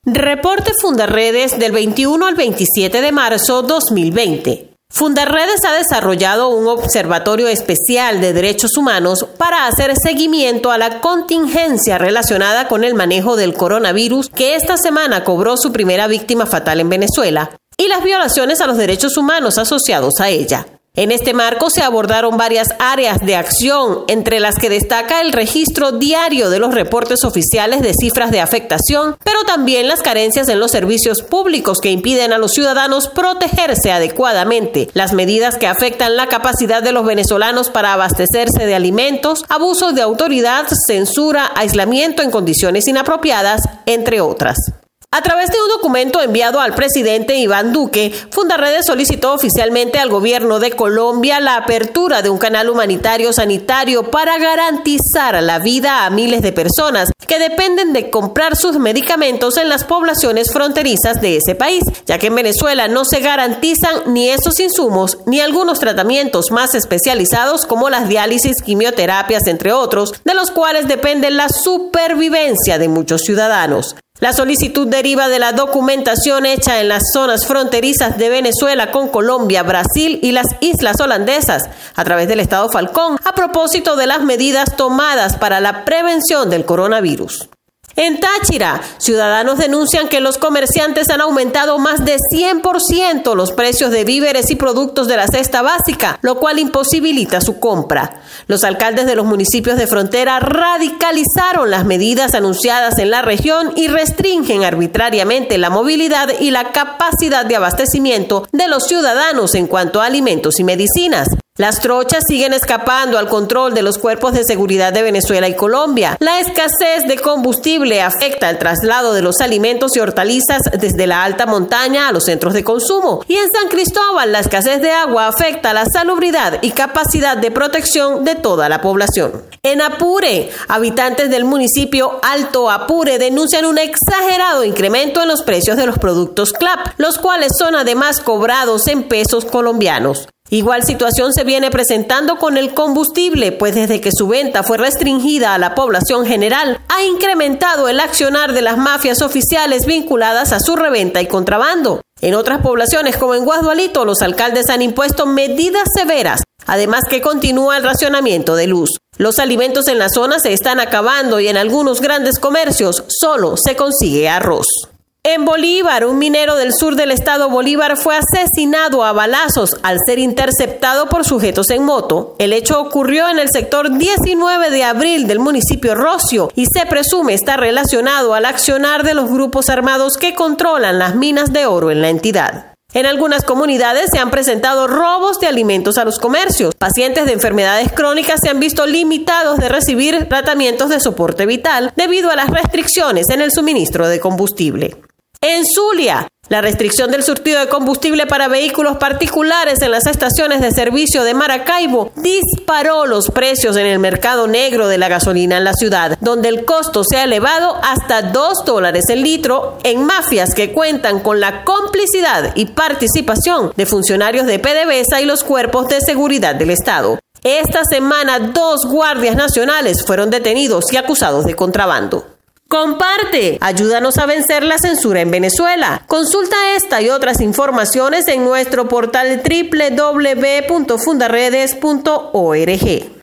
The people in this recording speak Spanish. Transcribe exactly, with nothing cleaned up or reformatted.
Reporte Fundarredes del veintiuno al veintisiete de marzo dos mil veinte. Fundarredes ha desarrollado un observatorio especial de derechos humanos para hacer seguimiento a la contingencia relacionada con el manejo del coronavirus que esta semana cobró su primera víctima fatal en Venezuela y las violaciones a los derechos humanos asociados a ella. En este marco se abordaron varias áreas de acción, entre las que destaca el registro diario de los reportes oficiales de cifras de afectación, pero también las carencias en los servicios públicos que impiden a los ciudadanos protegerse adecuadamente, las medidas que afectan la capacidad de los venezolanos para abastecerse de alimentos, abusos de autoridad, censura, aislamiento en condiciones inapropiadas, entre otras. A través de un documento enviado al presidente Iván Duque, Fundarredes solicitó oficialmente al gobierno de Colombia la apertura de un canal humanitario sanitario para garantizar la vida a miles de personas que dependen de comprar sus medicamentos en las poblaciones fronterizas de ese país, ya que en Venezuela no se garantizan ni esos insumos ni algunos tratamientos más especializados como las diálisis, quimioterapias, entre otros, de los cuales depende la supervivencia de muchos ciudadanos. La solicitud deriva de la documentación hecha en las zonas fronterizas de Venezuela con Colombia, Brasil y las islas holandesas, a través del Estado Falcón, a propósito de las medidas tomadas para la prevención del coronavirus. En Táchira, ciudadanos denuncian que los comerciantes han aumentado más de cien por ciento los precios de víveres y productos de la cesta básica, lo cual imposibilita su compra. Los alcaldes de los municipios de frontera radicalizaron las medidas anunciadas en la región y restringen arbitrariamente la movilidad y la capacidad de abastecimiento de los ciudadanos en cuanto a alimentos y medicinas. Las trochas siguen escapando al control de los cuerpos de seguridad de Venezuela y Colombia. La escasez de combustible afecta el traslado de los alimentos y hortalizas desde la alta montaña a los centros de consumo. Y en San Cristóbal, la escasez de agua afecta la salubridad y capacidad de protección de toda la población. En Apure, habitantes del municipio Alto Apure denuncian un exagerado incremento en los precios de los productos C L A P, los cuales son además cobrados en pesos colombianos. Igual situación se viene presentando con el combustible, pues desde que su venta fue restringida a la población general, ha incrementado el accionar de las mafias oficiales vinculadas a su reventa y contrabando. En otras poblaciones, como en Guasdualito, los alcaldes han impuesto medidas severas, además que continúa el racionamiento de luz. Los alimentos en la zona se están acabando y en algunos grandes comercios solo se consigue arroz. En Bolívar, un minero del sur del estado Bolívar fue asesinado a balazos al ser interceptado por sujetos en moto. El hecho ocurrió en el sector diecinueve de abril del municipio Rocio y se presume está relacionado al accionar de los grupos armados que controlan las minas de oro en la entidad. En algunas comunidades se han presentado robos de alimentos a los comercios. Pacientes de enfermedades crónicas se han visto limitados de recibir tratamientos de soporte vital debido a las restricciones en el suministro de combustible. En Zulia, la restricción del surtido de combustible para vehículos particulares en las estaciones de servicio de Maracaibo disparó los precios en el mercado negro de la gasolina en la ciudad, donde el costo se ha elevado hasta dos dólares el litro en mafias que cuentan con la complicidad y participación de funcionarios de PDVSA y los cuerpos de seguridad del Estado. Esta semana, dos guardias nacionales fueron detenidos y acusados de contrabando. Comparte, ayúdanos a vencer la censura en Venezuela. Consulta esta y otras informaciones en nuestro portal doble u doble u doble u punto fundarredes punto org.